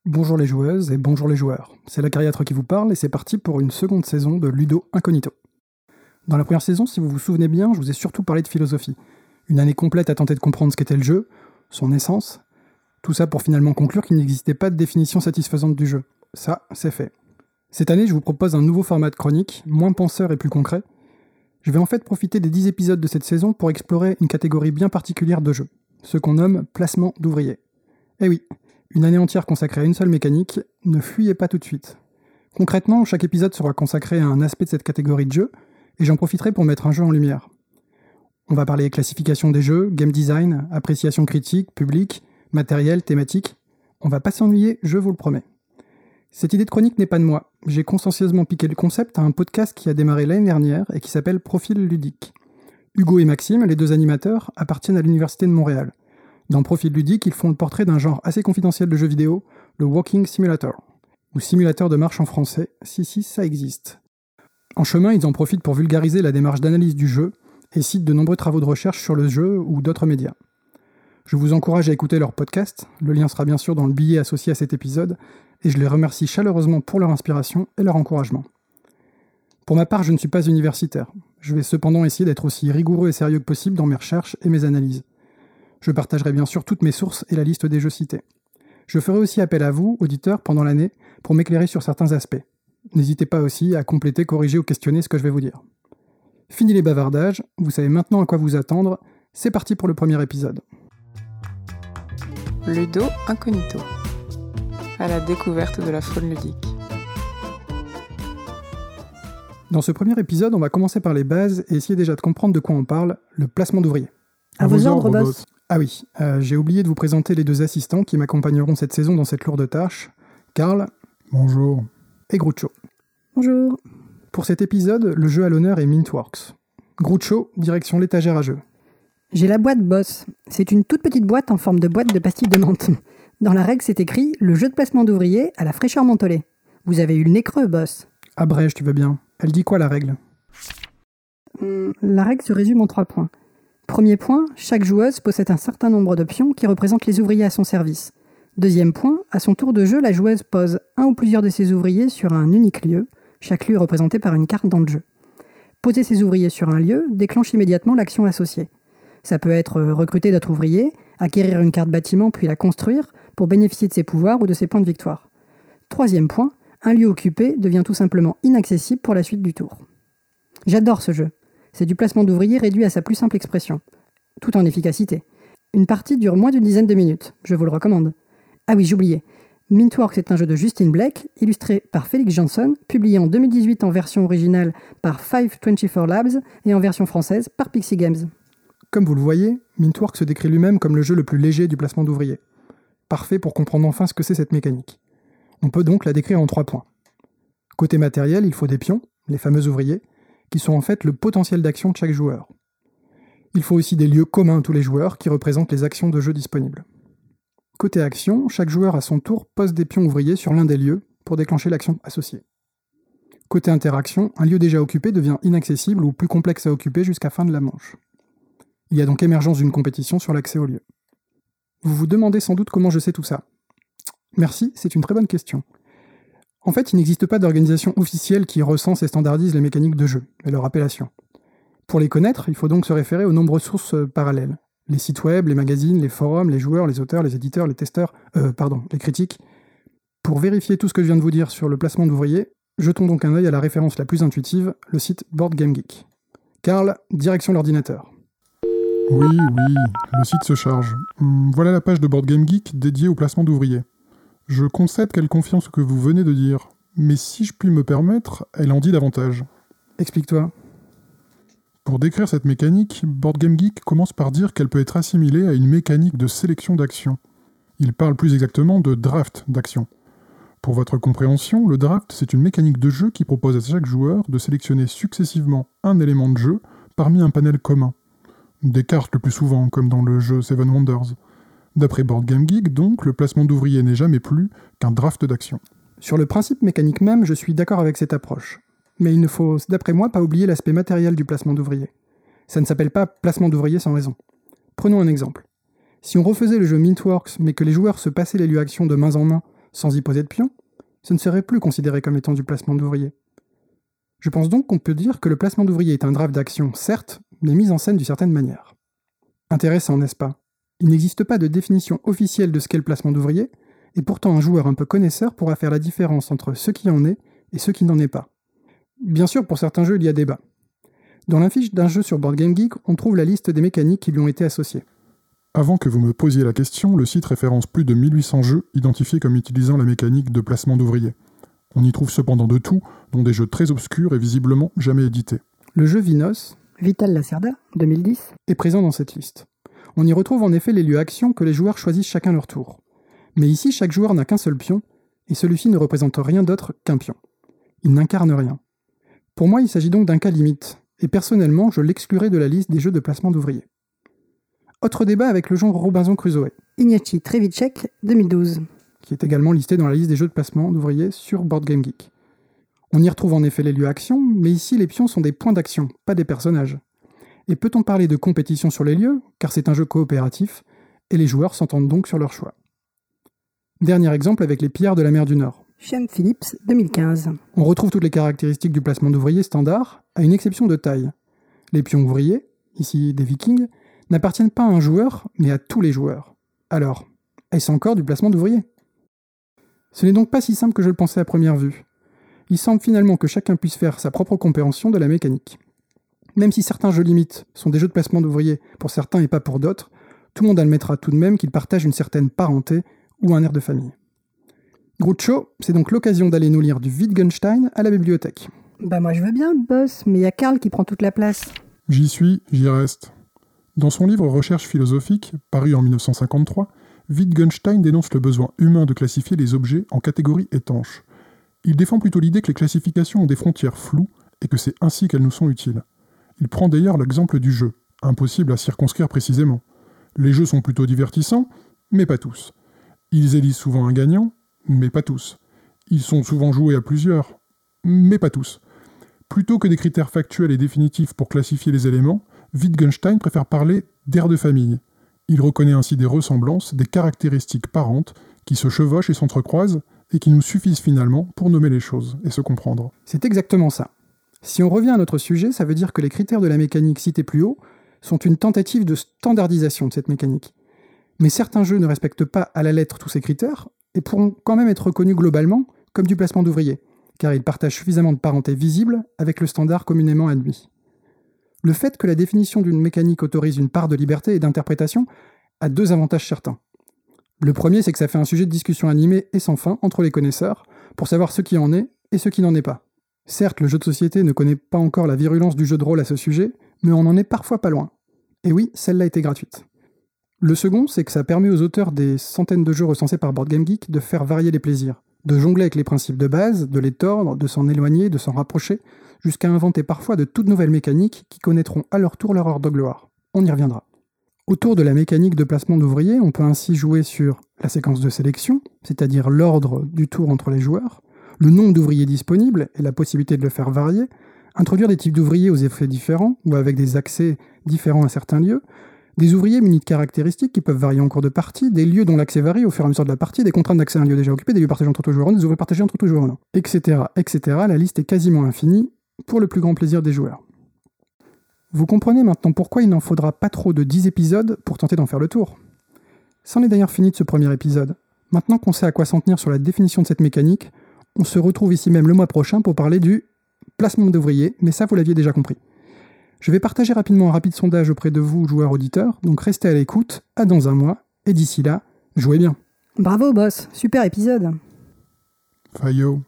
Bonjour les joueuses et bonjour les joueurs. C'est la Cariatre qui vous parle et c'est parti pour une seconde saison de Ludo Incognito. Dans la première saison, si vous vous souvenez bien, je vous ai surtout parlé de philosophie. Une année complète à tenter de comprendre ce qu'était le jeu, son essence, tout ça pour finalement conclure qu'il n'existait pas de définition satisfaisante du jeu. Ça, c'est fait. Cette année, je vous propose un nouveau format de chronique, moins penseur et plus concret. Je vais en fait profiter des 10 épisodes de cette saison pour explorer une catégorie bien particulière de jeux, ce qu'on nomme placement d'ouvriers. Eh oui, une année entière consacrée à une seule mécanique, ne fuyez pas tout de suite. Concrètement, chaque épisode sera consacré à un aspect de cette catégorie de jeu, et j'en profiterai pour mettre un jeu en lumière. On va parler classification des jeux, game design, appréciation critique, public, matériel, thématique. On va pas s'ennuyer, je vous le promets. Cette idée de chronique n'est pas de moi. J'ai consciencieusement piqué le concept à un podcast qui a démarré l'année dernière et qui s'appelle Profil Ludique. Hugo et Maxime, les deux animateurs, appartiennent à l'Université de Montréal. Dans Profil Ludique, ils font le portrait d'un genre assez confidentiel de jeux vidéo, le Walking Simulator, ou simulateur de marche en français, si ça existe. En chemin, ils en profitent pour vulgariser la démarche d'analyse du jeu et citent de nombreux travaux de recherche sur le jeu ou d'autres médias. Je vous encourage à écouter leur podcast, le lien sera bien sûr dans le billet associé à cet épisode, et je les remercie chaleureusement pour leur inspiration et leur encouragement. Pour ma part, je ne suis pas universitaire. Je vais cependant essayer d'être aussi rigoureux et sérieux que possible dans mes recherches et mes analyses. Je partagerai bien sûr toutes mes sources et la liste des jeux cités. Je ferai aussi appel à vous, auditeurs, pendant l'année, pour m'éclairer sur certains aspects. N'hésitez pas aussi à compléter, corriger ou questionner ce que je vais vous dire. Fini les bavardages, vous savez maintenant à quoi vous attendre, c'est parti pour le premier épisode. Ludo Incognito, à la découverte de la faune ludique. Dans ce premier épisode, on va commencer par les bases et essayer déjà de comprendre de quoi on parle, le placement d'ouvriers. À vos ordres, boss. Ah oui, j'ai oublié de vous présenter les deux assistants qui m'accompagneront cette saison dans cette lourde tâche, Karl. Bonjour. Et Groucho. Bonjour. Pour cet épisode, le jeu à l'honneur est Mintworks. Groucho, direction l'étagère à jeux. J'ai la boîte, boss. C'est une toute petite boîte en forme de boîte de pastilles de menthe. Dans la règle, c'est écrit « Le jeu de placement d'ouvriers à la fraîcheur mentholée ». Vous avez eu le nez creux, boss. Abrège, tu veux bien. Elle dit quoi, la règle ? La règle se résume en 3 points. Premier point, chaque joueuse possède un certain nombre de pions qui représentent les ouvriers à son service. Deuxième point, à son tour de jeu, la joueuse pose un ou plusieurs de ses ouvriers sur un unique lieu, chaque lieu représenté par une carte dans le jeu. Poser ses ouvriers sur un lieu déclenche immédiatement l'action associée. Ça peut être recruter d'autres ouvriers, acquérir une carte bâtiment puis la construire pour bénéficier de ses pouvoirs ou de ses points de victoire. Troisième point, un lieu occupé devient tout simplement inaccessible pour la suite du tour. J'adore ce jeu. C'est du placement d'ouvriers réduit à sa plus simple expression, tout en efficacité. Une partie dure moins d'une dizaine de minutes, je vous le recommande. Ah oui, j'oubliais. Mintworks est un jeu de Justin Blake, illustré par Felix Johnson, publié en 2018 en version originale par 524 Labs et en version française par Pixie Games. Comme vous le voyez, Mintworks se décrit lui-même comme le jeu le plus léger du placement d'ouvriers. Parfait pour comprendre enfin ce que c'est cette mécanique. On peut donc la décrire en 3 points. Côté matériel, il faut des pions, les fameux ouvriers, qui sont en fait le potentiel d'action de chaque joueur. Il faut aussi des lieux communs à tous les joueurs qui représentent les actions de jeu disponibles. Côté action, chaque joueur à son tour pose des pions ouvriers sur l'un des lieux pour déclencher l'action associée. Côté interaction, un lieu déjà occupé devient inaccessible ou plus complexe à occuper jusqu'à fin de la manche. Il y a donc émergence d'une compétition sur l'accès au lieu. Vous vous demandez sans doute comment je sais tout ça. Merci, c'est une très bonne question. En fait, il n'existe pas d'organisation officielle qui recense et standardise les mécaniques de jeu et leur appellation. Pour les connaître, il faut donc se référer aux nombreuses sources parallèles. Les sites web, les magazines, les forums, les joueurs, les auteurs, les éditeurs, les testeurs, les critiques. Pour vérifier tout ce que je viens de vous dire sur le placement d'ouvriers, jetons donc un œil à la référence la plus intuitive, le site Board Game Geek. Karl, direction l'ordinateur. Oui, le site se charge. Voilà la page de Board Game Geek dédiée au placement d'ouvriers. Je concède qu'elle confirme ce que vous venez de dire, mais si je puis me permettre, elle en dit davantage. Explique-toi. Pour décrire cette mécanique, Board Game Geek commence par dire qu'elle peut être assimilée à une mécanique de sélection d'actions. Il parle plus exactement de draft d'actions. Pour votre compréhension, le draft, c'est une mécanique de jeu qui propose à chaque joueur de sélectionner successivement un élément de jeu parmi un panel commun. Des cartes le plus souvent, comme dans le jeu Seven Wonders. D'après Board Game Geek, donc, le placement d'ouvriers n'est jamais plus qu'un draft d'action. Sur le principe mécanique même, je suis d'accord avec cette approche. Mais il ne faut, d'après moi, pas oublier l'aspect matériel du placement d'ouvriers. Ça ne s'appelle pas placement d'ouvriers sans raison. Prenons un exemple. Si on refaisait le jeu Mintworks, mais que les joueurs se passaient les lieux actions de main en main, sans y poser de pion, ce ne serait plus considéré comme étant du placement d'ouvrier. Je pense donc qu'on peut dire que le placement d'ouvrier est un draft d'action, certes, mais mis en scène d'une certaine manière. Intéressant, n'est-ce pas ? Il n'existe pas de définition officielle de ce qu'est le placement d'ouvrier, et pourtant un joueur un peu connaisseur pourra faire la différence entre ce qui en est et ce qui n'en est pas. Bien sûr, pour certains jeux, il y a débat. Dans la fiche d'un jeu sur Board Game Geek, on trouve la liste des mécaniques qui lui ont été associées. Avant que vous me posiez la question, le site référence plus de 1800 jeux identifiés comme utilisant la mécanique de placement d'ouvrier. On y trouve cependant de tout, dont des jeux très obscurs et visiblement jamais édités. Le jeu Vinos, Vital Lacerda, 2010, est présent dans cette liste. On y retrouve en effet les lieux actions que les joueurs choisissent chacun leur tour. Mais ici, chaque joueur n'a qu'un seul pion, et celui-ci ne représente rien d'autre qu'un pion. Il n'incarne rien. Pour moi, il s'agit donc d'un cas limite, et personnellement, je l'exclurai de la liste des jeux de placement d'ouvriers. Autre débat avec le genre Robinson Crusoe, Ignacy Trzewiczek, 2012, qui est également listé dans la liste des jeux de placement d'ouvriers sur Board Game Geek. On y retrouve en effet les lieux action, mais ici les pions sont des points d'action, pas des personnages. Et peut-on parler de compétition sur les lieux, car c'est un jeu coopératif, et les joueurs s'entendent donc sur leur choix. Dernier exemple avec les pillards de la mer du Nord. Shem Phillips, 2015. On retrouve toutes les caractéristiques du placement d'ouvriers standard, à une exception de taille. Les pions ouvriers, ici des vikings, n'appartiennent pas à un joueur, mais à tous les joueurs. Alors, est-ce encore du placement d'ouvriers ? Ce n'est donc pas si simple que je le pensais à première vue. Il semble finalement que chacun puisse faire sa propre compréhension de la mécanique. Même si certains jeux limites sont des jeux de placement d'ouvriers pour certains et pas pour d'autres, tout le monde admettra tout de même qu'ils partagent une certaine parenté ou un air de famille. Groucho, c'est donc l'occasion d'aller nous lire du Wittgenstein à la bibliothèque. Bah moi je veux bien, boss, mais il y a Karl qui prend toute la place. J'y suis, j'y reste. Dans son livre Recherche philosophique, paru en 1953, Wittgenstein dénonce le besoin humain de classifier les objets en catégories étanches. Il défend plutôt l'idée que les classifications ont des frontières floues et que c'est ainsi qu'elles nous sont utiles. Il prend d'ailleurs l'exemple du jeu, impossible à circonscrire précisément. Les jeux sont plutôt divertissants, mais pas tous. Ils élisent souvent un gagnant, mais pas tous. Ils sont souvent joués à plusieurs, mais pas tous. Plutôt que des critères factuels et définitifs pour classifier les éléments, Wittgenstein préfère parler d'air de famille. Il reconnaît ainsi des ressemblances, des caractéristiques parentes qui se chevauchent et s'entrecroisent et qui nous suffisent finalement pour nommer les choses et se comprendre. C'est exactement ça. Si on revient à notre sujet, ça veut dire que les critères de la mécanique cités plus haut sont une tentative de standardisation de cette mécanique. Mais certains jeux ne respectent pas à la lettre tous ces critères et pourront quand même être reconnus globalement comme du placement d'ouvriers, car ils partagent suffisamment de parenté visible avec le standard communément admis. Le fait que la définition d'une mécanique autorise une part de liberté et d'interprétation a deux avantages certains. Le premier, c'est que ça fait un sujet de discussion animé et sans fin entre les connaisseurs pour savoir ce qui en est et ce qui n'en est pas. Certes, le jeu de société ne connaît pas encore la virulence du jeu de rôle à ce sujet, mais on en est parfois pas loin. Et oui, celle-là était gratuite. Le second, c'est que ça permet aux auteurs des centaines de jeux recensés par Board Game Geek de faire varier les plaisirs, de jongler avec les principes de base, de les tordre, de s'en éloigner, de s'en rapprocher, jusqu'à inventer parfois de toutes nouvelles mécaniques qui connaîtront à leur tour leur heure de gloire. On y reviendra. Autour de la mécanique de placement d'ouvriers, on peut ainsi jouer sur la séquence de sélection, c'est-à-dire l'ordre du tour entre les joueurs, le nombre d'ouvriers disponibles et la possibilité de le faire varier, introduire des types d'ouvriers aux effets différents ou avec des accès différents à certains lieux, des ouvriers munis de caractéristiques qui peuvent varier en cours de partie, des lieux dont l'accès varie au fur et à mesure de la partie, des contraintes d'accès à un lieu déjà occupé, des lieux partagés entre tous les joueurs, des ouvriers partagés entre tous les joueurs, etc., etc. La liste est quasiment infinie, pour le plus grand plaisir des joueurs. Vous comprenez maintenant pourquoi il n'en faudra pas trop de 10 épisodes pour tenter d'en faire le tour. C'en est d'ailleurs fini de ce premier épisode. Maintenant qu'on sait à quoi s'en tenir sur la définition de cette mécanique, on se retrouve ici même le mois prochain pour parler du placement d'ouvriers, mais ça vous l'aviez déjà compris. Je vais partager rapidement un rapide sondage auprès de vous, joueurs auditeurs, donc restez à l'écoute, à dans un mois, et d'ici là, jouez bien. Bravo boss, super épisode. Fayot.